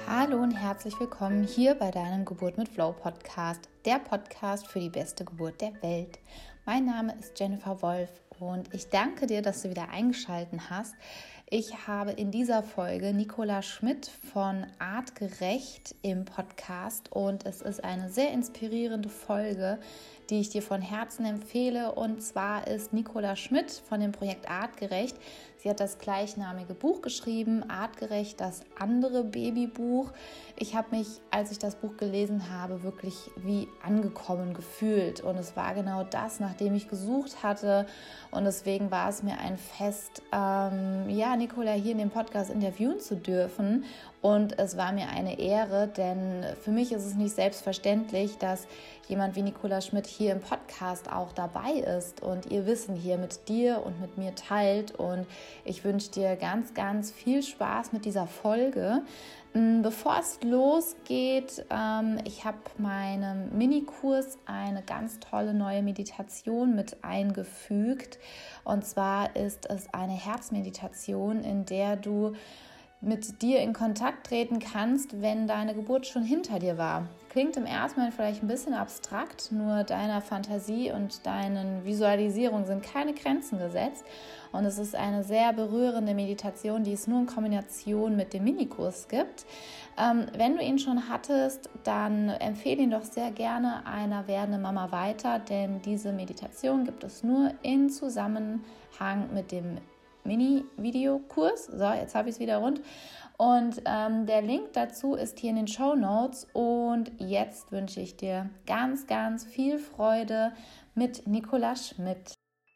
Hallo und herzlich willkommen hier bei deinem Geburt mit Flow Podcast, der Podcast für die beste Geburt der Welt. Mein Name ist Jennifer Wolf und ich danke dir, dass du wieder eingeschaltet hast. Ich habe in dieser Folge Nicola Schmidt von Artgerecht im Podcast und es ist eine sehr inspirierende Folge, die ich dir von Herzen empfehle. Und zwar ist Nicola Schmidt von dem Projekt Artgerecht. Sie hat das gleichnamige Buch geschrieben, Artgerecht, das andere Babybuch. Ich habe mich, als ich das Buch gelesen habe, wirklich wie angekommen gefühlt. Und es war genau das, nach dem ich gesucht hatte. Und deswegen war es mir ein Fest, Nicola hier in dem Podcast interviewen zu dürfen. Und es war mir eine Ehre, denn für mich ist es nicht selbstverständlich, dass jemand wie Nicola Schmidt hier im Podcast auch dabei ist und ihr Wissen hier mit dir und mit mir teilt. Und ich wünsche dir ganz, ganz viel Spaß mit dieser Folge. Bevor es losgeht, ich habe meinem Minikurs eine ganz tolle neue Meditation mit eingefügt. Und zwar ist es eine Herzmeditation, in der du mit dir in Kontakt treten kannst, wenn deine Geburt schon hinter dir war. Klingt im ersten Moment vielleicht ein bisschen abstrakt, nur deiner Fantasie und deinen Visualisierungen sind keine Grenzen gesetzt. Und es ist eine sehr berührende Meditation, die es nur in Kombination mit dem Minikurs gibt. Wenn du ihn schon hattest, dann empfehle ihn doch sehr gerne einer werdenden Mama weiter, denn diese Meditation gibt es nur in Zusammenhang mit dem Mini-Videokurs. So, jetzt habe ich es wieder rund. Und der Link dazu ist hier in den Shownotes. Und jetzt wünsche ich dir ganz, ganz viel Freude mit Nicola Schmidt.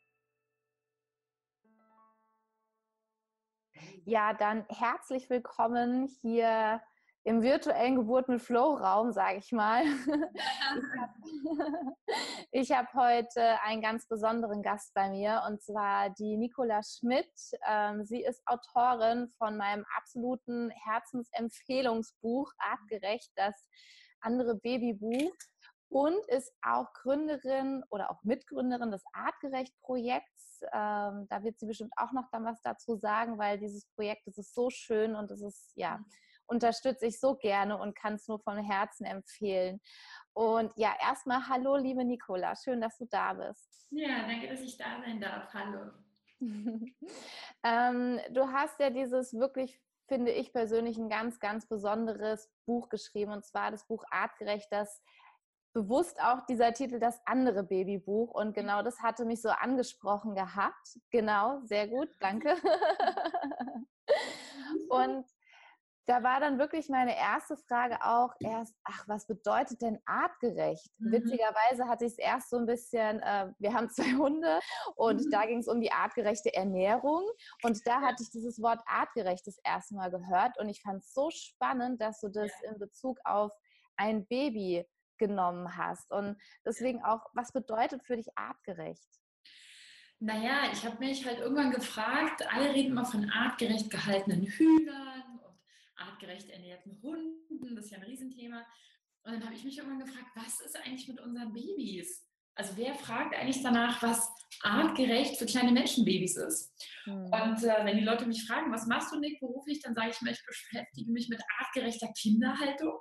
Ja, dann herzlich willkommen hier im virtuellen Geburt mit Flow-Raum, sage ich mal. Ich habe heute einen ganz besonderen Gast bei mir und zwar die Nicola Schmidt. Sie ist Autorin von meinem absoluten Herzensempfehlungsbuch Artgerecht, das andere Babybuch. Und ist auch Gründerin oder auch Mitgründerin des Artgerecht-Projekts. Da wird sie bestimmt auch noch dann was dazu sagen, weil dieses Projekt, das ist so schön und das ist, unterstütze ich so gerne und kann es nur von Herzen empfehlen. Und ja, erstmal hallo, liebe Nicola, schön, dass du da bist. Ja, danke, dass ich da sein darf. Hallo. Du hast ja dieses wirklich, finde ich persönlich, ein ganz, ganz besonderes Buch geschrieben, und zwar das Buch Artgerecht, das bewusst auch dieser Titel, das andere Babybuch. Und genau das hatte mich so angesprochen gehabt. Genau, sehr gut, danke. Und da war dann wirklich meine erste Frage auch erst, was bedeutet denn artgerecht? Witzigerweise hatte ich es erst so ein bisschen, wir haben 2 Hunde und da ging es um die artgerechte Ernährung und da hatte ich dieses Wort artgerecht das erste Mal gehört und ich fand es so spannend, dass du das in Bezug auf ein Baby genommen hast und deswegen auch, was bedeutet für dich artgerecht? Naja, ich habe mich halt irgendwann gefragt, alle reden immer von artgerecht gehaltenen Hühnern und artgerecht ernährten Hunden, das ist ja ein Riesenthema. Und dann habe ich mich irgendwann gefragt, was ist eigentlich mit unseren Babys? Also wer fragt eigentlich danach, was artgerecht für kleine Menschenbabys ist? Und wenn die Leute mich fragen, was machst du, Nick, beruflich, dann sage ich mir, ich beschäftige mich mit artgerechter Kinderhaltung.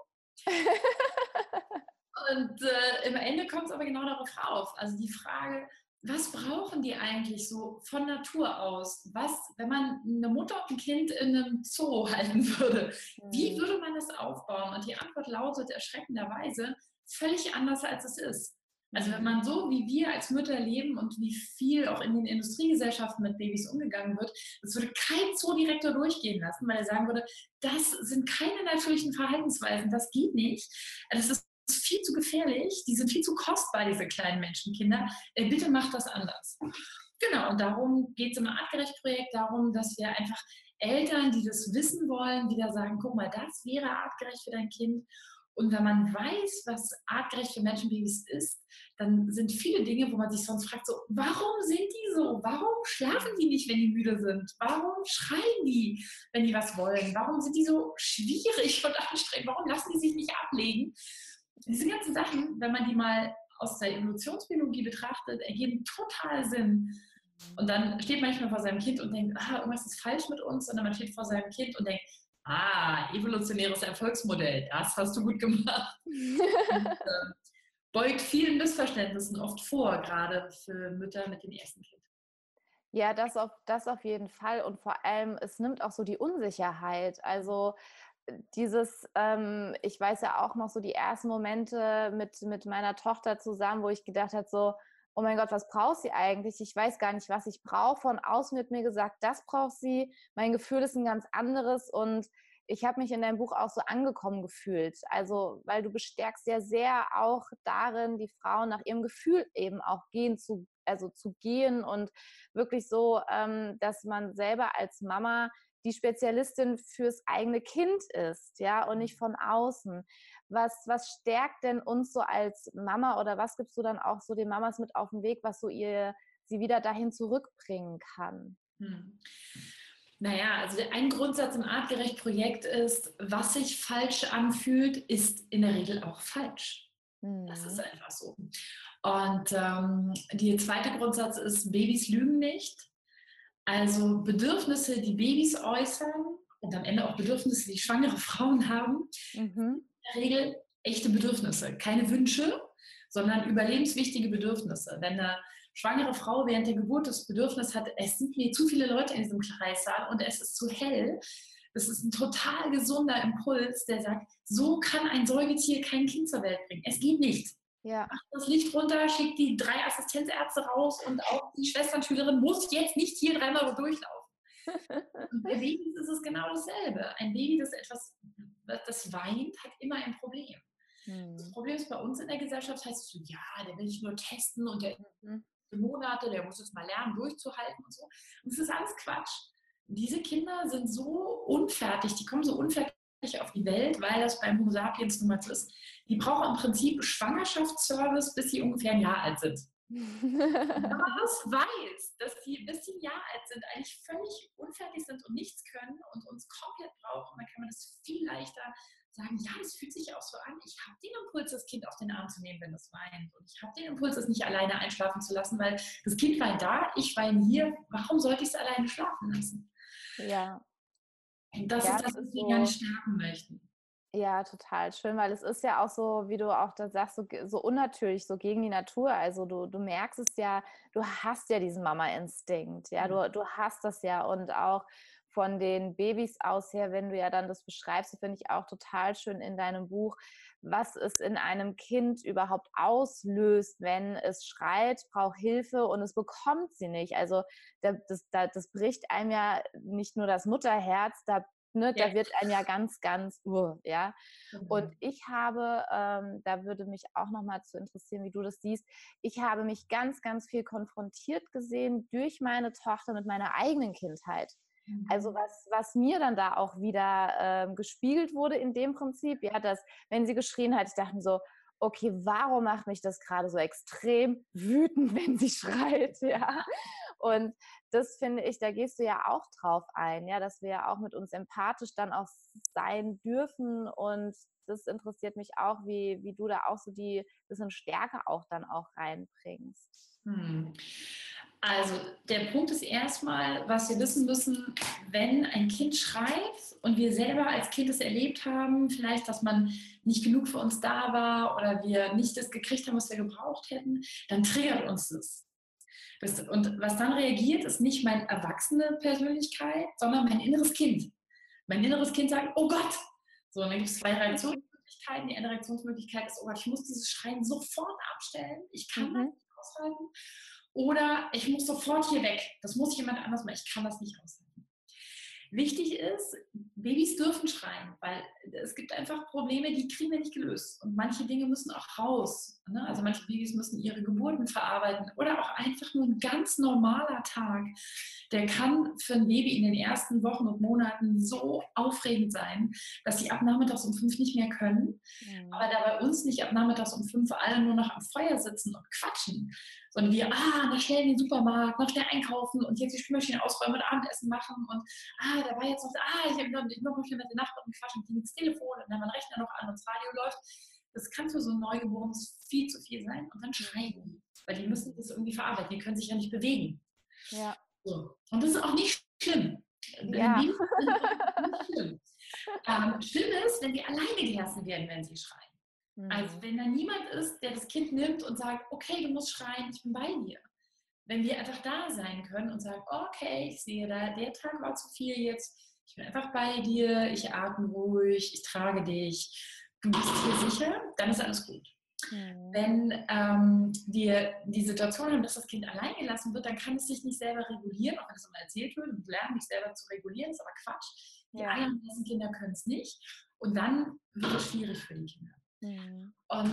Und im Ende kommt es aber genau darauf rauf. Also die Frage, was brauchen die eigentlich so von Natur aus? Was, wenn man eine Mutter und ein Kind in einem Zoo halten würde, wie würde man das aufbauen? Und die Antwort lautet erschreckenderweise völlig anders, als es ist. Also wenn man so wie wir als Mütter leben und wie viel auch in den Industriegesellschaften mit Babys umgegangen wird, das würde kein Zoodirektor durchgehen lassen, weil er sagen würde, das sind keine natürlichen Verhaltensweisen, das geht nicht. Das ist viel zu gefährlich, die sind viel zu kostbar, diese kleinen Menschenkinder. Bitte macht das anders. Genau, und darum geht es im Artgerecht-Projekt, darum, dass wir einfach Eltern, die das wissen wollen, wieder sagen, guck mal, das wäre artgerecht für dein Kind. Und wenn man weiß, was artgerecht für Menschenbabys ist, dann sind viele Dinge, wo man sich sonst fragt, so, warum sind die so? Warum schlafen die nicht, wenn die müde sind? Warum schreien die, wenn die was wollen? Warum sind die so schwierig und anstrengend? Warum lassen die sich nicht ablegen? Diese ganzen Sachen, wenn man die mal aus der Evolutionsbiologie betrachtet, ergeben total Sinn. Und dann steht man nicht mehr vor seinem Kind und denkt, irgendwas ist falsch mit uns, sondern man steht vor seinem Kind und denkt, Evolutionäres Erfolgsmodell, das hast du gut gemacht. Und, beugt vielen Missverständnissen oft vor, gerade für Mütter mit dem ersten Kind. Ja, das auf jeden Fall und vor allem, es nimmt auch so die Unsicherheit. Also, ich weiß ja auch noch so die ersten Momente mit meiner Tochter zusammen, wo ich gedacht habe so: „Oh mein Gott, was braucht sie eigentlich? Ich weiß gar nicht, was ich brauche.“ Von außen wird mir gesagt, das braucht sie. Mein Gefühl ist ein ganz anderes und ich habe mich in deinem Buch auch so angekommen gefühlt. Also, weil du bestärkst ja sehr auch darin, die Frauen nach ihrem Gefühl eben auch zu gehen und wirklich so, dass man selber als Mama die Spezialistin fürs eigene Kind ist, ja, und nicht von außen. Was stärkt denn uns so als Mama oder was gibst du dann auch so den Mamas mit auf den Weg, was so sie wieder dahin zurückbringen kann? Hm. Naja, also ein Grundsatz im Artgerecht-Projekt ist, was sich falsch anfühlt, ist in der Regel auch falsch. Das ist Mhm. einfach so. Und der zweite Grundsatz ist, Babys lügen nicht. Also Bedürfnisse, die Babys äußern und am Ende auch Bedürfnisse, die schwangere Frauen haben, Mhm. in der Regel echte Bedürfnisse. Keine Wünsche, sondern überlebenswichtige Bedürfnisse. Wenn eine schwangere Frau während der Geburt das Bedürfnis hat, es sind mir zu viele Leute in diesem Kreissaal und es ist zu hell, das ist ein total gesunder Impuls, der sagt, so kann ein Säugetier kein Kind zur Welt bringen. Es geht nicht. Ja. Macht das Licht runter, schickt die 3 Assistenzärzte raus und auch die Schwesternschülerin muss jetzt nicht hier 3-mal durchlaufen. Und bei Babys ist es genau dasselbe. Ein Baby, das weint, hat immer ein Problem. Das Mhm. Problem ist bei uns in der Gesellschaft, heißt es so, ja, der will sich nur testen und der Mhm. Monate, der muss jetzt mal lernen, durchzuhalten und so. Und das ist alles Quatsch. Diese Kinder sind so unfertig, die kommen so unfertig auf die Welt, weil das beim Homo sapiens nun mal so ist. Die brauchen im Prinzip Schwangerschaftsservice, bis sie ungefähr ein Jahr alt sind. Wenn man das weiß, dass die bis sie ein Jahr alt sind, eigentlich völlig unfertig sind und nichts können und uns komplett brauchen, dann kann man das viel leichter sagen, ja, das fühlt sich auch so an. Ich habe den Impuls, das Kind auf den Arm zu nehmen, wenn es weint. Und ich habe den Impuls, es nicht alleine einschlafen zu lassen, weil das Kind weint da, ich weine hier. Warum sollte ich es alleine schlafen lassen? Ja. Und das Ja, ist das, das was ist wir gerne so. stärken möchten. Ja, total schön, weil es ist ja auch so, wie du auch da sagst, so unnatürlich, so gegen die Natur. Also du merkst es ja, du hast ja diesen Mama-Instinkt, ja, du hast das ja und auch von den Babys aus her, wenn du ja dann das beschreibst, finde ich auch total schön in deinem Buch, was es in einem Kind überhaupt auslöst, wenn es schreit, braucht Hilfe und es bekommt sie nicht. Also das bricht einem ja nicht nur das Mutterherz, Ja, da wird einem ja ganz, ganz, ja. Und genau. ich habe, da würde mich auch noch mal zu interessieren, wie du das siehst, ich habe mich ganz, ganz viel konfrontiert gesehen durch meine Tochter mit meiner eigenen Kindheit. Also Mhm. was mir dann da auch wieder gespiegelt wurde in dem Prinzip, ja, dass wenn sie geschrien hat, ich dachte mir so, okay, warum macht mich das gerade so extrem wütend, wenn sie schreit, ja? Und das finde ich, da gehst du ja auch drauf ein, ja, dass wir ja auch mit uns empathisch dann auch sein dürfen und das interessiert mich auch, wie du da auch so die bisschen Stärke auch dann auch reinbringst. Hm. Also der Punkt ist erstmal, was wir wissen müssen, wenn ein Kind schreit und wir selber als Kind es erlebt haben, vielleicht, dass man nicht genug für uns da war oder wir nicht das gekriegt haben, was wir gebraucht hätten, dann triggert uns das. Und was dann reagiert, ist nicht meine erwachsene Persönlichkeit, sondern mein inneres Kind. Mein inneres Kind sagt, oh Gott! So, und dann gibt es 2 Reaktionsmöglichkeiten. Die eine Reaktionsmöglichkeit ist, oh Gott, ich muss dieses Schreien sofort abstellen. Ich kann das Mhm. nicht aushalten. Oder ich muss sofort hier weg. Das muss jemand anders machen. Ich kann das nicht aushalten. Wichtig ist, Babys dürfen schreien, weil es gibt einfach Probleme, die kriegen wir nicht gelöst. Und manche Dinge müssen auch raus. Ne? Also manche Babys müssen ihre Geburten verarbeiten oder auch einfach nur ein ganz normaler Tag. Der kann für ein Baby in den ersten Wochen und Monaten so aufregend sein, dass sie ab nachmittags um 5 nicht mehr können. Mhm. Aber da bei uns nicht ab nachmittags um 5 alle nur noch am Feuer sitzen und quatschen, sondern wir, noch schnell in den Supermarkt, noch schnell einkaufen und jetzt die Spülmaschine ausräumen und Abendessen machen und da war jetzt noch, ich noch schnell mit den Nachbarn quatschen, die ins Telefon und dann haben wir den Rechner noch an und das Radio läuft. Das kann für so ein Neugeborenes viel zu viel sein und dann schreien die, weil die müssen das irgendwie verarbeiten, die können sich ja nicht bewegen. Ja. So. Und das ist auch nicht schlimm. Ja. Babys sind nicht schlimm. Schlimm ist, wenn wir alleine gelassen werden, wenn sie schreien. Also wenn da niemand ist, der das Kind nimmt und sagt, okay, du musst schreien, ich bin bei dir. Wenn wir einfach da sein können und sagen, okay, ich sehe da, der Tag war zu viel jetzt, ich bin einfach bei dir, ich atme ruhig, ich trage dich, du bist hier sicher, dann ist alles gut. Wenn wir die Situation haben, dass das Kind allein gelassen wird, dann kann es sich nicht selber regulieren, auch wenn es immer erzählt wird und lernen, sich selber zu regulieren, ist aber Quatsch. Die allermeisten Kinder können es nicht und dann wird es schwierig für die Kinder.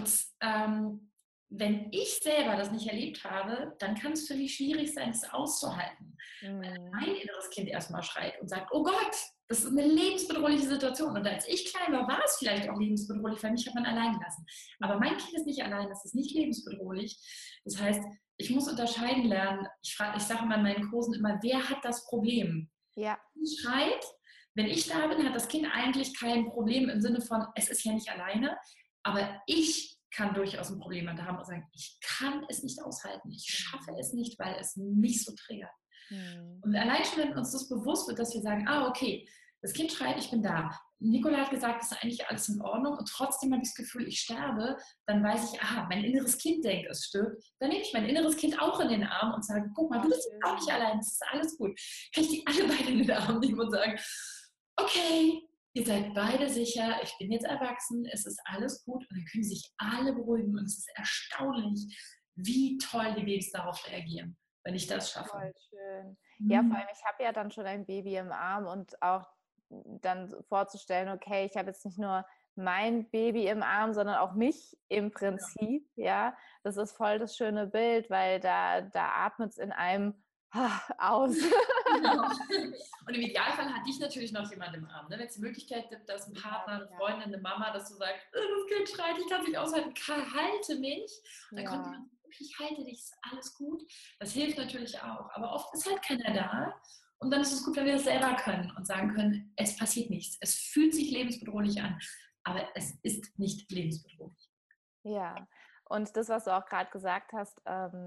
Und wenn ich selber das nicht erlebt habe, dann kann es für mich schwierig sein, das auszuhalten. Weil mein inneres Kind erstmal schreit und sagt, oh Gott, das ist eine lebensbedrohliche Situation. Und als ich klein war, war es vielleicht auch lebensbedrohlich, weil mich hat man allein gelassen. Aber mein Kind ist nicht allein, das ist nicht lebensbedrohlich. Das heißt, ich muss unterscheiden lernen. Ich sage immer in meinen Kursen immer, wer hat das Problem? Ja. Wenn schreit, wenn ich da bin, hat das Kind eigentlich kein Problem im Sinne von, es ist ja nicht alleine, aber ich kann durchaus ein Problem haben und sagen, ich kann es nicht aushalten, ich schaffe es nicht, weil es mich so triggert. Und allein schon, wenn uns das bewusst wird, dass wir sagen, okay, das Kind schreit, ich bin da. Nicola hat gesagt, es ist eigentlich alles in Ordnung und trotzdem habe ich das Gefühl, ich sterbe, dann weiß ich, mein inneres Kind denkt, es stirbt. Dann nehme ich mein inneres Kind auch in den Arm und sage, guck mal, du bist auch nicht allein, es ist alles gut. Kann ich die alle beide in den Arm nehmen und sagen, okay, ihr seid beide sicher, ich bin jetzt erwachsen, es ist alles gut und dann können sich alle beruhigen und es ist erstaunlich, wie toll die Babys darauf reagieren, wenn ich das schaffe. Voll schön. Ja, vor allem, ich habe ja dann schon ein Baby im Arm und auch dann vorzustellen, okay, ich habe jetzt nicht nur mein Baby im Arm, sondern auch mich im Prinzip, ja. Das ist voll das schöne Bild, weil da atmet es in einem aus. Genau. Und im Idealfall hat dich natürlich noch jemand im Arm. Ne? Wenn es die Möglichkeit gibt, dass ein Partner, eine Freundin, eine Mama, dass du sagst, das Kind schreit, ich kann es nicht aushalten, halte mich. Und dann kommt jemand, ich halte dich, ist alles gut. Das hilft natürlich auch. Aber oft ist halt keiner da. Und dann ist es gut, wenn wir das selber können und sagen können, es passiert nichts. Es fühlt sich lebensbedrohlich an, aber es ist nicht lebensbedrohlich. Ja. Und das, was du auch gerade gesagt hast,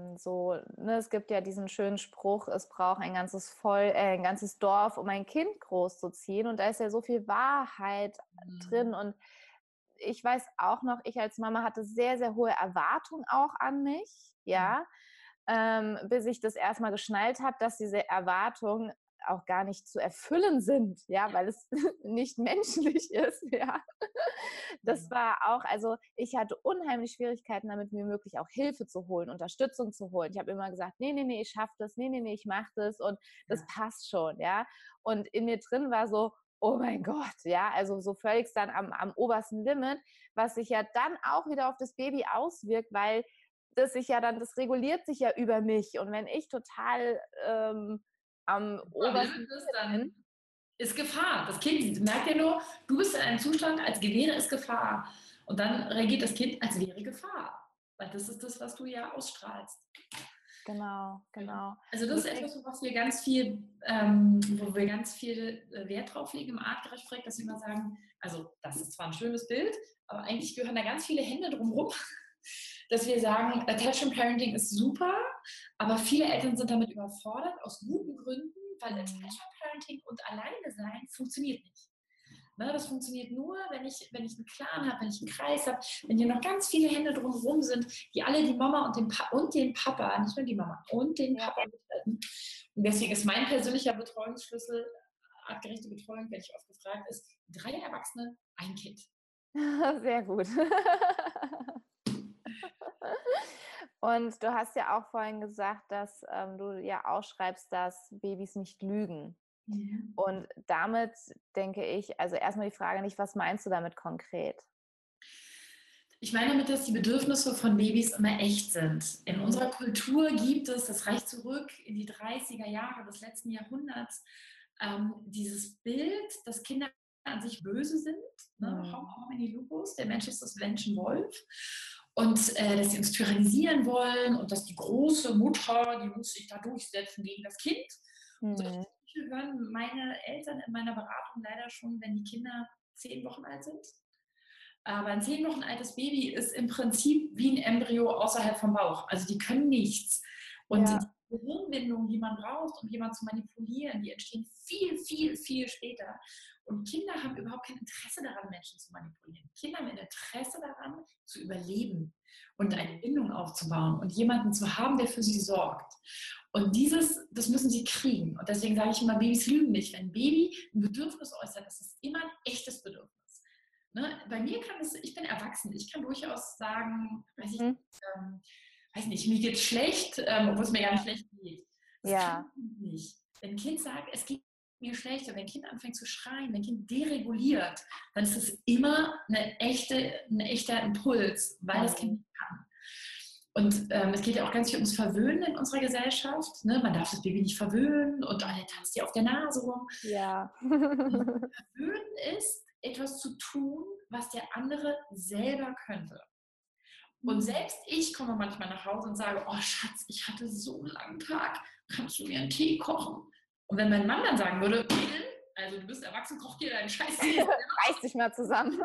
es gibt ja diesen schönen Spruch, es braucht ein ganzes Dorf, um ein Kind großzuziehen. Und da ist ja so viel Wahrheit drin. Und ich weiß auch noch, ich als Mama hatte sehr, sehr hohe Erwartungen auch an mich, bis ich das erstmal geschnallt habe, dass diese Erwartungen auch gar nicht zu erfüllen sind, weil es nicht menschlich ist, Das war auch, also ich hatte unheimlich Schwierigkeiten damit, mir wirklich auch Hilfe zu holen, Unterstützung zu holen. Ich habe immer gesagt, nee, ich schaffe das, nee, ich mache das und das passt schon, Und in mir drin war so, oh mein Gott, also so völlig dann am obersten Limit, was sich ja dann auch wieder auf das Baby auswirkt, weil das reguliert sich ja über mich und wenn ich total am obersten Limit ist, dann ist Gefahr. Das Kind merkt ja nur, du bist in einem Zustand, als wäre es Gefahr. Und dann reagiert das Kind, als wäre Gefahr. Weil das ist das, was du ja ausstrahlst. Genau. Also das ist etwas, wo wir ganz viel Wert drauf legen im artgerecht Projekt, dass wir immer sagen, also das ist zwar ein schönes Bild, aber eigentlich gehören da ganz viele Hände drumherum, dass wir sagen, Attachment Parenting ist super, aber viele Eltern sind damit überfordert, aus guten Gründen, weil Attachment Parenting und alleine sein funktioniert nicht. Ne, das funktioniert nur, wenn ich einen Clan habe, wenn ich einen Kreis habe, wenn hier noch ganz viele Hände drumherum sind, die alle die Mama und den Papa, nicht nur die Mama, und den Papa betreffen. Und deswegen ist mein persönlicher Betreuungsschlüssel, artgerechte Betreuung, wenn ich oft gefragt ist, 3 Erwachsene, ein Kind. Sehr gut. Und du hast ja auch vorhin gesagt, dass du ja auch schreibst, dass Babys nicht lügen. Und damit denke ich, also erstmal die Frage nicht, was meinst du damit konkret? Ich meine damit, dass die Bedürfnisse von Babys immer echt sind. In unserer Kultur gibt es, das reicht zurück in die 30er Jahre des letzten Jahrhunderts, dieses Bild, dass Kinder an sich böse sind. Ne? Homini lupus, der Mensch ist das Menschenwolf. Und dass sie uns tyrannisieren wollen und dass die große Mutter, die muss sich da durchsetzen gegen das Kind. Und solche Sprüche hören meine Eltern in meiner Beratung leider schon, wenn die Kinder 10 Wochen alt sind. Aber ein 10 Wochen altes Baby ist im Prinzip wie ein Embryo außerhalb vom Bauch. Also die können nichts. Und die Gehirnwindungen, die man braucht, um jemanden zu manipulieren, die entstehen viel, viel, viel später. Und Kinder haben überhaupt kein Interesse daran, Menschen zu manipulieren. Kinder haben ein Interesse daran, zu überleben und eine Bindung aufzubauen und jemanden zu haben, der für sie sorgt. Und das müssen sie kriegen. Und deswegen sage ich immer, Babys lügen nicht. Wenn ein Baby ein Bedürfnis äußert, das ist immer ein echtes Bedürfnis. Ne? Bei mir ich bin erwachsen, ich kann durchaus sagen, weiß nicht, mir geht's schlecht, obwohl es mir gar nicht schlecht geht. Das kann ich nicht. Wenn ein Kind sagt, es geht mir schlecht, oder wenn ein Kind anfängt zu schreien, wenn ein Kind dereguliert, dann ist es immer ein echter Impuls, weil das Kind nicht kann. Und es geht ja auch ganz viel ums Verwöhnen in unserer Gesellschaft. Ne? Man darf das Baby nicht verwöhnen und alle tanzt dir auf der Nase rum. Ja. Verwöhnen ist, etwas zu tun, was der andere selber könnte. Und selbst ich komme manchmal nach Hause und sage, oh Schatz, ich hatte so einen langen Tag, kannst du mir einen Tee kochen? Und wenn mein Mann dann sagen würde, also du bist erwachsen, koch dir deinen Scheiß Tee. Reiß dich mal zusammen.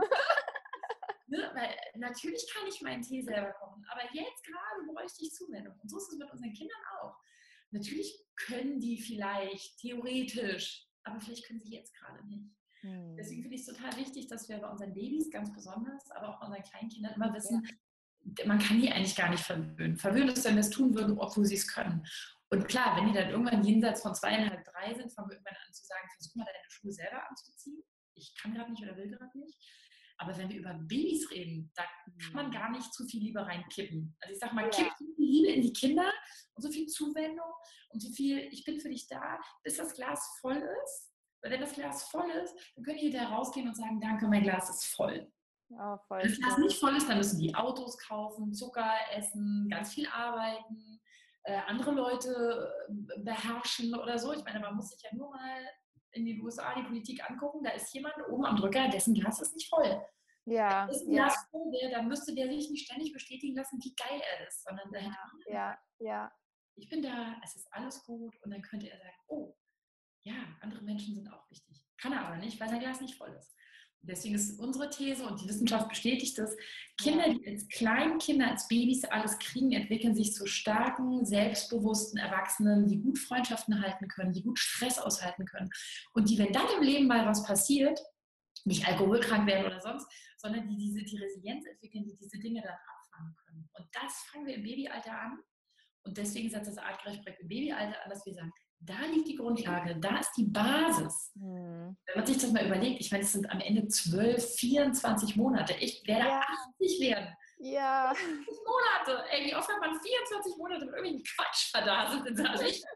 Ne? Weil natürlich kann ich meinen Tee selber kochen, aber jetzt gerade bräuchte ich Zuwendung. Und so ist es mit unseren Kindern auch. Natürlich können die vielleicht theoretisch, aber vielleicht können sie jetzt gerade nicht. Deswegen finde ich es total wichtig, dass wir bei unseren Babys ganz besonders, aber auch bei unseren Kleinkindern immer wissen, man kann die eigentlich gar nicht verwöhnen. Verwöhnen ist, wenn wir es tun würden, obwohl sie es können. Und klar, wenn die dann irgendwann jenseits von 2,5, 3 sind, fangen wir irgendwann an zu sagen, versuch mal deine Schuhe selber anzuziehen. Ich kann gerade nicht oder will gerade nicht. Aber wenn wir über Babys reden, da kann man gar nicht zu viel Liebe reinkippen. Also ich sage mal, kipp so viel Liebe in die Kinder und so viel Zuwendung und so viel, ich bin für dich da, bis das Glas voll ist. Weil wenn das Glas voll ist, dann können die hinterher rausgehen und sagen, danke, mein Glas ist voll. Oh, voll wenn das Glas nicht voll ist, dann müssen die Autos kaufen, Zucker essen, ganz viel arbeiten, andere Leute beherrschen oder so. Ich meine, man muss sich ja nur mal in den USA die Politik angucken, da ist jemand oben am Drücker, dessen Glas ist nicht voll. Ja. Wenn das Glas voll wäre, dann müsste der sich nicht ständig bestätigen lassen, wie geil er ist, sondern der hätte ich bin da, es ist alles gut und dann könnte er sagen, oh, ja, andere Menschen sind auch wichtig. Kann er aber nicht, weil sein Glas nicht voll ist. Und deswegen ist unsere These, und die Wissenschaft bestätigt das, Kinder, die als Kleinkinder, als Babys alles kriegen, entwickeln sich zu starken, selbstbewussten Erwachsenen, die gut Freundschaften halten können, die gut Stress aushalten können. Und die, wenn dann im Leben mal was passiert, nicht alkoholkrank werden oder sonst, sondern die Resilienz entwickeln, die diese Dinge dann abfangen können. Und das fangen wir im Babyalter an. Und deswegen setzt das artgerecht Projekt im Babyalter an, dass wir sagen, da liegt die Grundlage, da ist die Basis. Wenn man sich das mal überlegt, ich meine, es sind am Ende 12, 24 Monate. Ich werde 80 werden. Ja. 80 Monate. Ey, wie oft hat man 24 Monate mit irgendwelchen Quatsch verdaselt in seiner Leben?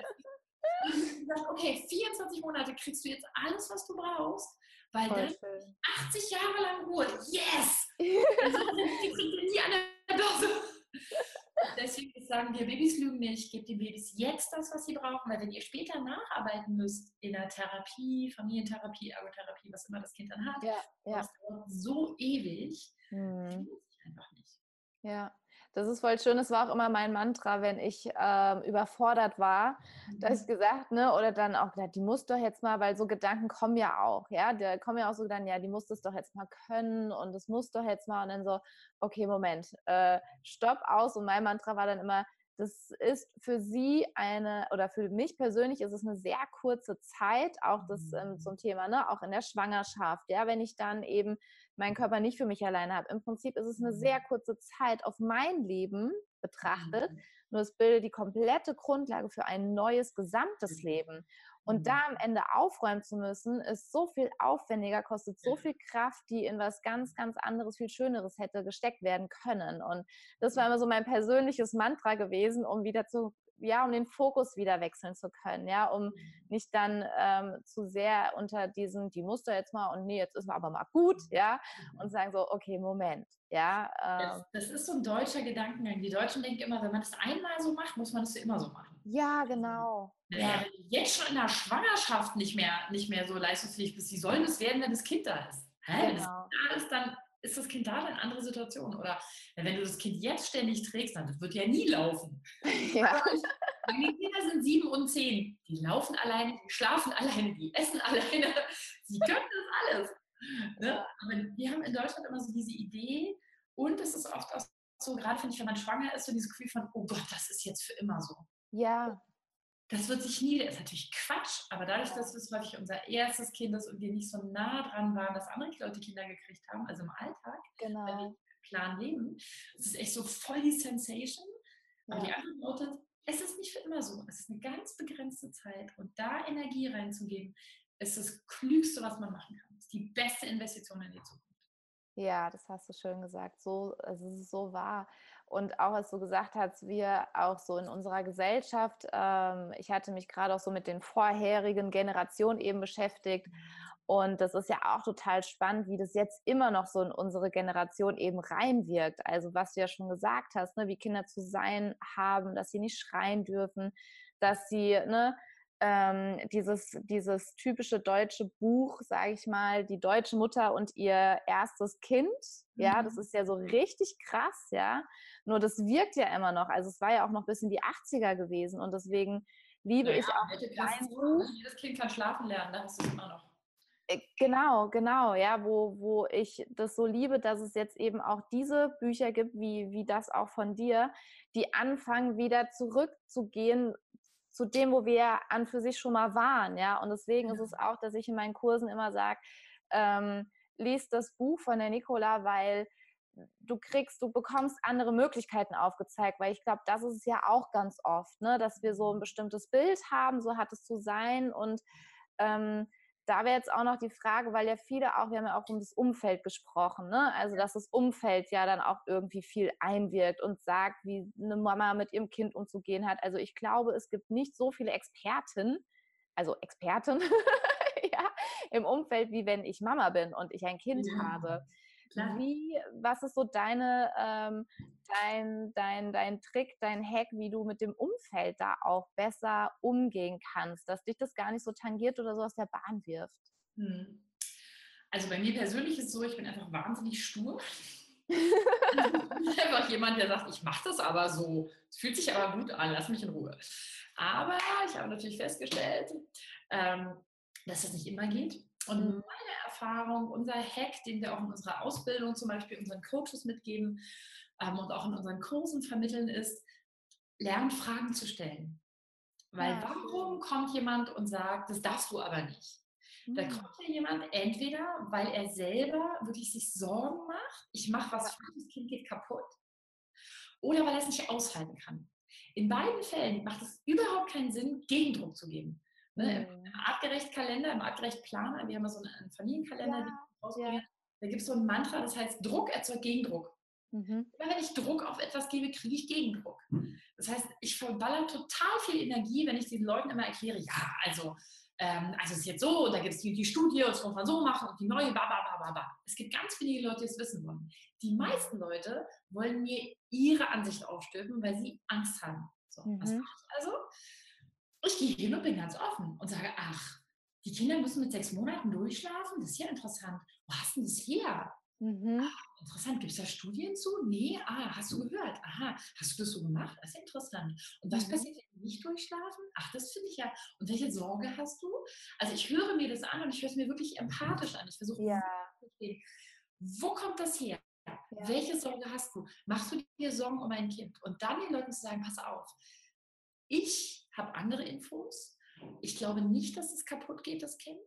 Okay, 24 Monate kriegst du jetzt alles, was du brauchst, weil voll dann schön. 80 Jahre lang Ruhe. Yes! Die kriegt ihr nie an der Dose. Deswegen sagen wir, Babys lügen nicht, gebt den Babys jetzt das, was sie brauchen, weil wenn ihr später nacharbeiten müsst in der Therapie, Familientherapie, Ergotherapie, was immer das Kind dann hat, das dauert so ewig, findet sich einfach nicht. Ja, das ist voll schön. Das war auch immer mein Mantra, wenn ich überfordert war, dass ich gesagt, ne, oder dann auch gesagt, die muss doch jetzt mal, weil so Gedanken kommen ja auch, ja, da kommen ja auch so dann, ja, die muss das doch jetzt mal können und das muss doch jetzt mal und dann so, okay, Moment, stopp, aus und mein Mantra war dann immer, das ist für sie oder für mich persönlich ist es eine sehr kurze Zeit, auch das zum Thema, ne, auch in der Schwangerschaft, ja, wenn ich dann eben meinen Körper nicht für mich alleine habe. Im Prinzip ist es eine sehr kurze Zeit auf mein Leben betrachtet, nur es bildet die komplette Grundlage für ein neues, gesamtes Leben. Und da am Ende aufräumen zu müssen, ist so viel aufwendiger, kostet so viel Kraft, die in was ganz, ganz anderes, viel Schöneres hätte gesteckt werden können. Und das war immer so mein persönliches Mantra gewesen, um wieder um den Fokus wieder wechseln zu können, ja, um nicht dann zu sehr unter diesem, die muss da jetzt mal und nee, jetzt ist aber mal gut, ja, und sagen so, okay, Moment, ja. Das ist so ein deutscher Gedankengang. Die Deutschen denken immer, wenn man das einmal so macht, muss man das immer so machen. Ja, genau. Naja, wenn du jetzt schon in der Schwangerschaft nicht mehr so leistungsfähig bist, wie sollen es werden, wenn das Kind da ist? Wenn das Kind da ist, dann ist das Kind da in eine andere Situation. Oder wenn du das Kind jetzt ständig trägst, dann wird ja nie laufen. Ja. Meine Kinder sind 7 und 10. Die laufen alleine, die schlafen alleine, die essen alleine. Sie können das alles. Ne? Aber wir haben in Deutschland immer so diese Idee und es ist oft auch so, gerade finde ich, wenn man schwanger ist, so dieses Gefühl von, oh Gott, das ist jetzt für immer so. Ja. Das wird sich nie, das ist natürlich Quatsch, aber dadurch, dass es häufig unser erstes Kind ist und wir nicht so nah dran waren, dass andere Leute Kinder gekriegt haben, also im Alltag, wenn wir Genau. im klaren Leben, es ist echt so voll die Sensation. Aber die Ja. andere lautet, es ist nicht für immer so. Es ist eine ganz begrenzte Zeit und da Energie reinzugeben, ist das Klügste, was man machen kann. Das ist die beste Investition in die Zukunft. Ja, das hast du schön gesagt. So, also es ist so wahr. Und auch, als du gesagt hast, wir auch so in unserer Gesellschaft, ich hatte mich gerade auch so mit den vorherigen Generationen eben beschäftigt. Und das ist ja auch total spannend, wie das jetzt immer noch so in unsere Generation eben reinwirkt. Also was du ja schon gesagt hast, ne, wie Kinder zu sein haben, dass sie nicht schreien dürfen, dass sie, ne, dieses typische deutsche Buch, sage ich mal, die deutsche Mutter und ihr erstes Kind, ja, das ist ja so richtig krass, ja, nur das wirkt ja immer noch, also es war ja auch noch bis in die 80er gewesen und deswegen liebe Naja, ich auch heute passt dein es immer, Buch. ne? Jedes Kind kann schlafen lernen, da hast du es immer noch. Genau, ja, wo ich das so liebe, dass es jetzt eben auch diese Bücher gibt, wie das auch von dir, die anfangen, wieder zurückzugehen zu dem, wo wir an für sich schon mal waren, ja. Und deswegen ist es auch, dass ich in meinen Kursen immer sage, lies das Buch von der Nicola, weil du bekommst andere Möglichkeiten aufgezeigt, weil ich glaube, das ist es ja auch ganz oft, ne, dass wir so ein bestimmtes Bild haben, so hat es zu sein und da wäre jetzt auch noch die Frage, weil ja viele auch, wir haben ja auch um das Umfeld gesprochen, ne? Also dass das Umfeld ja dann auch irgendwie viel einwirkt und sagt, wie eine Mama mit ihrem Kind umzugehen hat. Also ich glaube, es gibt nicht so viele Experten, also Experten ja, im Umfeld, wie wenn ich Mama bin und ich ein Kind habe. Klar. Was ist so dein Trick, dein Hack, wie du mit dem Umfeld da auch besser umgehen kannst, dass dich das gar nicht so tangiert oder so aus der Bahn wirft? Also bei mir persönlich ist es so, ich bin einfach wahnsinnig stur. Ich bin einfach jemand, der sagt, ich mache das aber so. Es fühlt sich aber gut an, lass mich in Ruhe. Aber ich habe natürlich festgestellt, dass das nicht immer geht. Und Mhm. meine Erfahrung, unser Hack, den wir auch in unserer Ausbildung zum Beispiel unseren Coaches mitgeben und auch in unseren Kursen vermitteln, ist, lernt Fragen zu stellen. Weil Ja, warum schön. kommt jemand und sagt, das darfst du aber nicht? Da Mhm. kommt ja jemand entweder, weil er selber wirklich sich Sorgen macht, ich mache was Ja. falsch, das Kind geht kaputt, oder weil er es nicht aushalten kann. In beiden Fällen macht es überhaupt keinen Sinn, Gegendruck zu geben. Ne, Mhm. im Artgerecht-Kalender, im Artgerecht-Planer, wir haben ja so einen Familienkalender, den Ja, wir rausbringen, ja. da gibt es so ein Mantra, das heißt, Druck erzeugt Gegendruck. Mhm. Immer wenn ich Druck auf etwas gebe, kriege ich Gegendruck. Das heißt, ich verballer total viel Energie, wenn ich den Leuten immer erkläre, ja, also es ist jetzt so, und da gibt es die Studie, und das muss man so machen, und die neue, ba. Es gibt ganz wenige Leute, die es wissen wollen. Die meisten Leute wollen mir ihre Ansicht aufstülpen, weil sie Angst haben. So, was Mhm. mache ich also? Ich gehe hin und bin ganz offen und sage, ach, die Kinder müssen mit 6 Monaten durchschlafen? Das ist ja interessant. Wo hast du das her? Mhm. Interessant, gibt es da Studien zu? Nee, hast du gehört? Aha, hast du das so gemacht? Das ist ja interessant. Und was Mhm. passiert, wenn die nicht durchschlafen? Ach, das finde ich ja. Und welche Sorge hast du? Also ich höre mir das an und ich höre es mir wirklich empathisch an. Ich versuche Ja, zu verstehen, wo kommt das her? ja. Welche Sorge hast du? Machst du dir Sorgen um ein Kind? Und dann den Leuten zu sagen, pass auf, ich habe andere Infos. Ich glaube nicht, dass es kaputt geht, das Kind.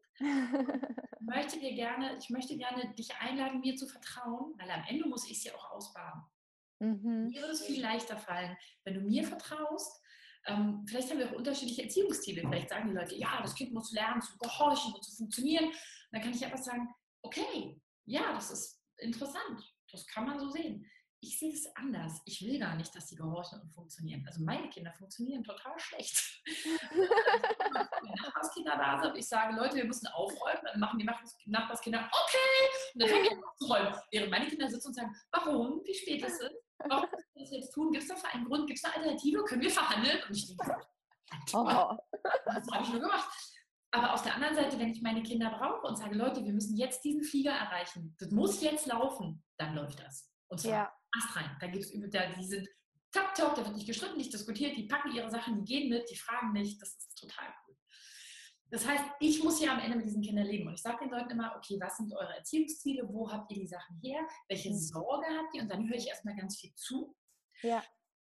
Ich möchte gerne dich einladen, mir zu vertrauen, weil am Ende muss ich es ja auch ausbaden. Mhm. Mir würde es viel leichter fallen, wenn du mir vertraust. Vielleicht haben wir auch unterschiedliche Erziehungsstile. Vielleicht sagen die Leute, ja, das Kind muss lernen zu gehorchen und zu funktionieren. Und dann kann ich einfach sagen, okay, ja, das ist interessant. Das kann man so sehen. Ich sehe es anders. Ich will gar nicht, dass die gehorchen und funktionieren. Also meine Kinder funktionieren total schlecht. Wenn Nachbarskinder da sind, ich sage, Leute, wir müssen aufräumen, dann machen die Nachbarskinder, okay, und dann fangen die an aufzuräumen. Während meine Kinder sitzen und sagen, warum, wie spät ist es? Warum müssen wir das jetzt tun? Gibt es dafür einen Grund? Gibt es eine Alternative? Können wir verhandeln? Und ich denke, Oh. das habe ich nur gemacht. Aber auf der anderen Seite, wenn ich meine Kinder brauche und sage, Leute, wir müssen jetzt diesen Flieger erreichen, das muss jetzt laufen, dann läuft das. Und zwar Ja. astrein. Die sind top, da wird nicht gestritten, nicht diskutiert, die packen ihre Sachen, die gehen mit, die fragen nicht, das ist total cool. Das heißt, ich muss ja am Ende mit diesen Kindern leben. Und ich sage den Leuten immer, okay, was sind eure Erziehungsziele? Wo habt ihr die Sachen her? Welche Sorge habt ihr? Und dann höre ich erstmal ganz viel zu. Ja.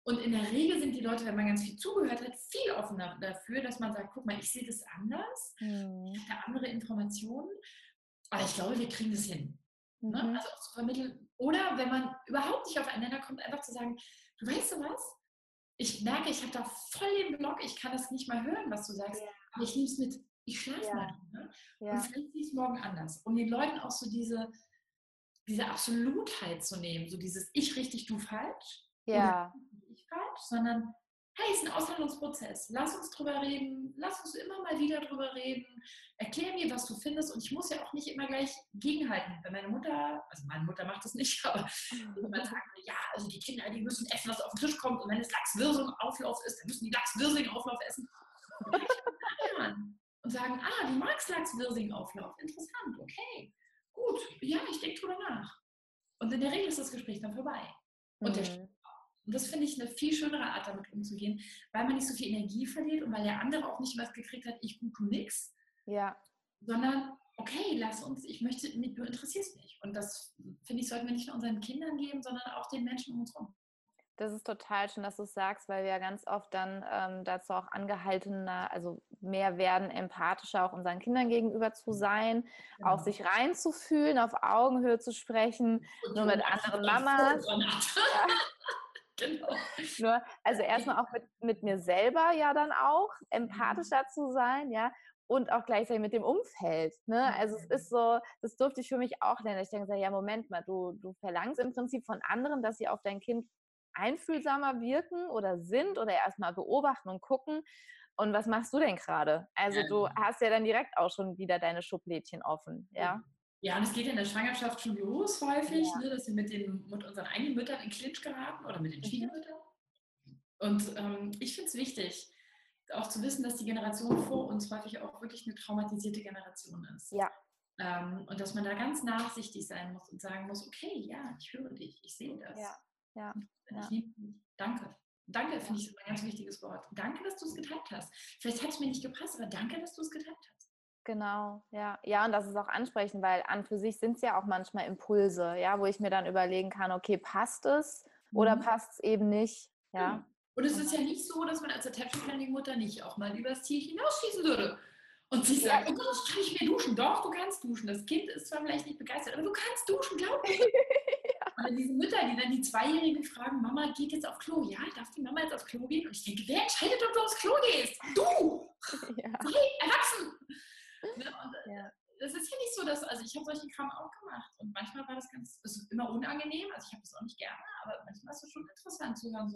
Und in der Regel sind die Leute, wenn man ganz viel zugehört hat, viel offener dafür, dass man sagt, guck mal, ich sehe das anders, ich habe andere Informationen, aber ich glaube, wir kriegen das hin. Ne? Also auch zu vermitteln. Oder wenn man überhaupt nicht aufeinander kommt, einfach zu sagen, du weißt du was? Ich merke, ich habe da voll den Block, ich kann das nicht mal hören, was du sagst, aber ich nehme es mit, ich schlafe mal drüber. Und vielleicht sehe ich es morgen anders. Und den Leuten auch so diese Absolutheit zu nehmen, so dieses Ich richtig, du falsch. Oder ich falsch, sondern hey, es ist ein Aushandlungsprozess. Lass uns drüber reden, lass uns immer mal wieder drüber reden. Erklär mir, was du findest. Und ich muss ja auch nicht immer gleich gegenhalten. Wenn meine Mutter macht das nicht, aber wenn man sagt, ja, also die Kinder, die müssen essen, was auf den Tisch kommt. Und wenn es Lachs-Wirsing-Auflauf ist, dann müssen die Lachs-Wirsing-Auflauf essen. Und dann kann ich anhören und sagen, du magst Lachs-Wirsing-Auflauf. Interessant, okay. Gut, ja, ich denke drüber nach. Und in der Regel ist das Gespräch dann vorbei. Und das finde ich eine viel schönere Art, damit umzugehen, weil man nicht so viel Energie verliert und weil der andere auch nicht was gekriegt hat, ich gut, du nix. Ja. Sondern, okay, lass uns, du interessierst mich. Und das, finde ich, sollten wir nicht nur unseren Kindern geben, sondern auch den Menschen um uns herum. Das ist total schön, dass du es sagst, weil wir ja ganz oft dann dazu auch angehaltener, also mehr werden, empathischer auch unseren Kindern gegenüber zu sein, auch sich reinzufühlen, auf Augenhöhe zu sprechen, nur mit anderen Mamas. Genau. Also erstmal auch mit mir selber ja dann auch empathischer zu sein, ja, und auch gleichzeitig mit dem Umfeld. Ne? Also es ist so, das durfte ich für mich auch lernen. Ich denke, ja, Moment mal, du verlangst im Prinzip von anderen, dass sie auf dein Kind einfühlsamer wirken oder sind oder erstmal beobachten und gucken. Und was machst du denn gerade? Also du hast ja dann direkt auch schon wieder deine Schublädchen offen, ja? Ja, und es geht ja in der Schwangerschaft schon los häufig, dass wir mit unseren eigenen Müttern in Clinch geraten oder mit den Schwiegermüttern. Und ich finde es wichtig, auch zu wissen, dass die Generation vor uns häufig auch wirklich eine traumatisierte Generation ist. Ja. Und dass man da ganz nachsichtig sein muss und sagen muss, okay, ja, ich höre dich, ich sehe das. Ja. Danke. Danke finde ich ein ganz wichtiges Wort. Danke, dass du es geteilt hast. Vielleicht hat es mir nicht gepasst, aber danke, dass du es geteilt hast. Genau, ja. Ja, und das ist auch ansprechend, weil an für sich sind es ja auch manchmal Impulse, ja, wo ich mir dann überlegen kann, okay, passt es oder passt es eben nicht, ja. Und es ist ja nicht so, dass man als Attachment-Planning-Mutter nicht auch mal übers Ziel hinausschießen würde. Und sie sagt, oh Gott, ich kann nicht mehr duschen. Doch, du kannst duschen. Das Kind ist zwar vielleicht nicht begeistert, aber du kannst duschen, glaub mir. Und dann diese Mütter, die dann die Zweijährigen fragen, Mama geht jetzt auf Klo. Ja, darf die Mama jetzt aufs Klo gehen? Und ich denke, wer entscheidet, ob du aufs Klo gehst? Du! Sei erwachsen! Ne? Und das ist ja nicht so, dass, also ich habe solche Kram auch gemacht und manchmal war das ist immer unangenehm, also ich habe das auch nicht gerne, aber manchmal ist es schon interessant zu hören, so,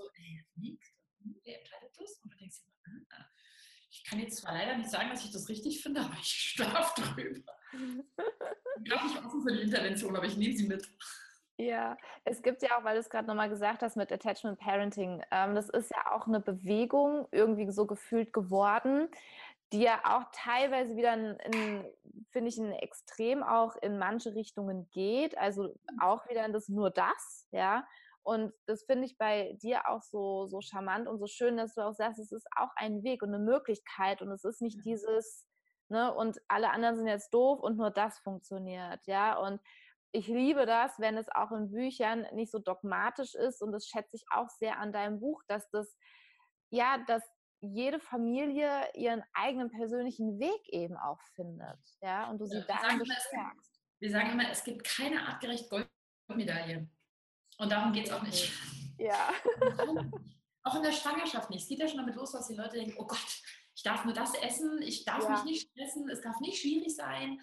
wer entscheidet das? Und du denkst dir, ich kann jetzt zwar leider nicht sagen, dass ich das richtig finde, aber ich schlafe drüber. Ich bin gerade nicht offen für die Intervention, aber ich nehme sie mit. Ja, es gibt ja auch, weil du es gerade nochmal gesagt hast mit Attachment Parenting, das ist ja auch eine Bewegung irgendwie so gefühlt geworden, die ja auch teilweise wieder finde ich, ein Extrem auch in manche Richtungen geht, also auch wieder in das nur das, ja. Und das finde ich bei dir auch so charmant und so schön, dass du auch sagst, es ist auch ein Weg und eine Möglichkeit und es ist nicht dieses, ne, und alle anderen sind jetzt doof und nur das funktioniert, ja. Und ich liebe das, wenn es auch in Büchern nicht so dogmatisch ist und das schätze ich auch sehr an deinem Buch, dass dass jede Familie ihren eigenen persönlichen Weg eben auch findet, ja, und du sie darin bestärkst. Wir sagen immer, es gibt keine artgerecht Goldmedaille. Und darum geht es auch nicht. Ja. Auch in der Schwangerschaft nicht. Es geht ja schon damit los, dass die Leute denken, oh Gott, ich darf nur das essen, ich darf mich nicht stressen, es darf nicht schwierig sein,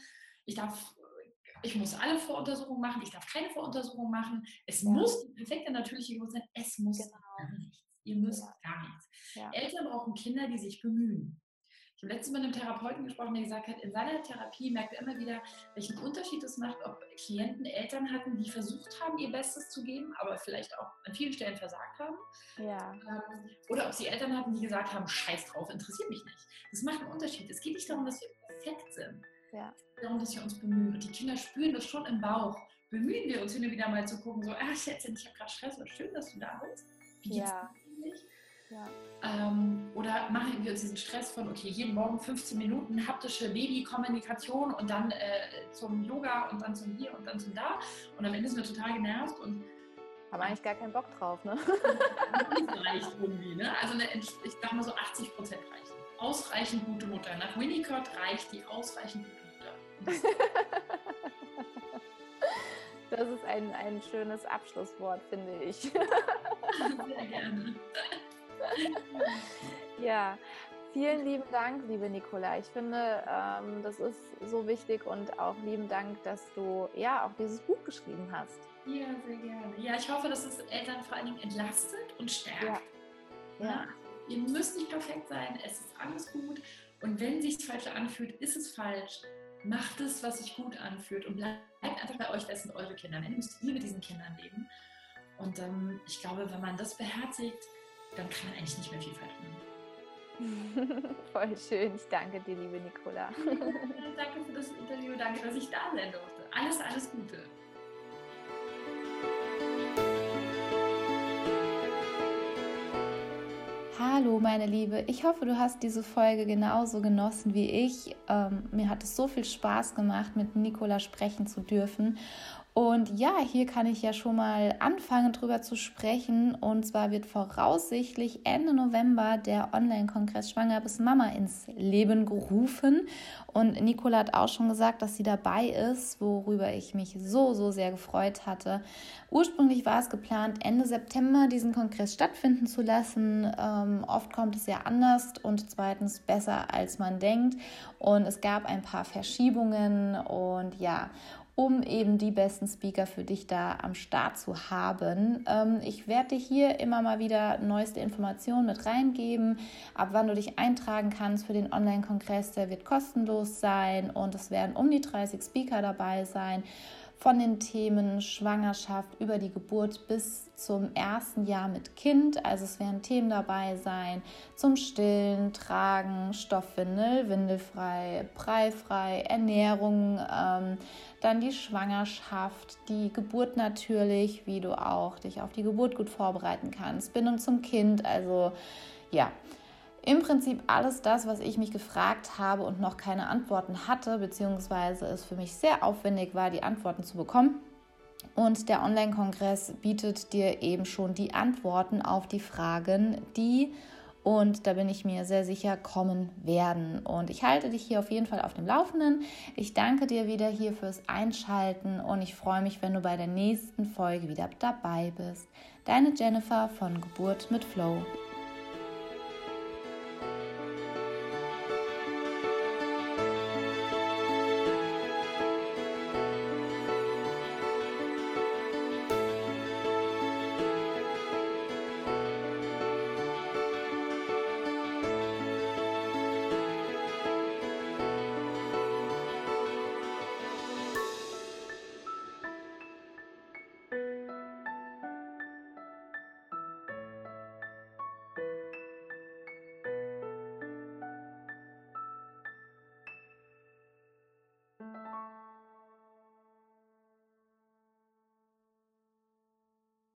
ich muss alle Voruntersuchungen machen, ich darf keine Voruntersuchungen machen. Es muss die perfekte natürliche Geburt sein, es muss gar nichts. Ihr müsst gar nichts. Ja. Eltern brauchen Kinder, die sich bemühen. Ich habe letztens mit einem Therapeuten gesprochen, der gesagt hat, in seiner Therapie merkt er immer wieder, welchen Unterschied es macht, ob Klienten Eltern hatten, die versucht haben, ihr Bestes zu geben, aber vielleicht auch an vielen Stellen versagt haben. Ja. Oder ob sie Eltern hatten, die gesagt haben, scheiß drauf, interessiert mich nicht. Das macht einen Unterschied. Es geht nicht darum, dass wir perfekt sind. Ja. Es geht darum, dass wir uns bemühen. Und die Kinder spüren das schon im Bauch. Bemühen wir uns hin und wieder mal zu gucken, so, Schätzchen, ich habe gerade Stress, schön, dass du da bist. Wie geht's dir eigentlich? Ja. Oder machen wir uns diesen Stress von, okay, jeden Morgen 15 Minuten haptische Babykommunikation und dann zum Yoga und dann zum hier und dann zum da und am Ende sind wir total genervt und Haben eigentlich gar keinen Bock drauf, ne? Das reicht irgendwie, ne? Also ich sag mal so 80% reichen. Ausreichend gute Mutter. Nach Winnicott reicht die ausreichend gute Mutter. Das ist ein schönes Abschlusswort, finde ich. Sehr gerne. Ja, vielen lieben Dank, liebe Nicola. Ich finde, das ist so wichtig und auch lieben Dank, dass du ja auch dieses Buch geschrieben hast. Ja, sehr gerne. Ja, ich hoffe, dass es Eltern vor allen Dingen entlastet und stärkt. Ja. Ihr müsst nicht perfekt sein, es ist alles gut. Und wenn es sich falsch anfühlt, ist es falsch. Macht es, was sich gut anfühlt und bleibt einfach bei euch, das sind eure Kinder. Am Ende müsst ihr mit diesen Kindern leben. Und ich glaube, wenn man das beherzigt, dann kann man eigentlich nicht mehr viel falsch machen. Voll schön. Ich danke dir, liebe Nicola. Danke für das Interview. Danke, dass ich da sein durfte. Alles Gute. Hallo meine Liebe, ich hoffe, du hast diese Folge genauso genossen wie ich. Mir hat es so viel Spaß gemacht, mit Nicola sprechen zu dürfen. Und ja, hier kann ich ja schon mal anfangen, drüber zu sprechen. Und zwar wird voraussichtlich Ende November der Online-Kongress Schwanger bis Mama ins Leben gerufen. Und Nicola hat auch schon gesagt, dass sie dabei ist, worüber ich mich so sehr gefreut hatte. Ursprünglich war es geplant, Ende September diesen Kongress stattfinden zu lassen. Oft kommt es ja anders und zweitens besser, als man denkt. Und es gab ein paar Verschiebungen und ja, um eben die besten Speaker für dich da am Start zu haben. Ich werde dir hier immer mal wieder neueste Informationen mit reingeben, ab wann du dich eintragen kannst für den Online-Kongress. Der wird kostenlos sein und es werden um die 30 Speaker dabei sein. Von den Themen Schwangerschaft über die Geburt bis zum ersten Jahr mit Kind. Also es werden Themen dabei sein zum Stillen, Tragen, Stoffwindel, windelfrei, breifrei, Ernährung, dann die Schwangerschaft, die Geburt natürlich, wie du auch dich auf die Geburt gut vorbereiten kannst, Bindung zum Kind, also ja. Im Prinzip alles das, was ich mich gefragt habe und noch keine Antworten hatte, beziehungsweise es für mich sehr aufwendig war, die Antworten zu bekommen. Und der Online-Kongress bietet dir eben schon die Antworten auf die Fragen, die, und da bin ich mir sehr sicher, kommen werden. Und ich halte dich hier auf jeden Fall auf dem Laufenden. Ich danke dir wieder hier fürs Einschalten und ich freue mich, wenn du bei der nächsten Folge wieder dabei bist. Deine Jennifer von Geburt mit Flow.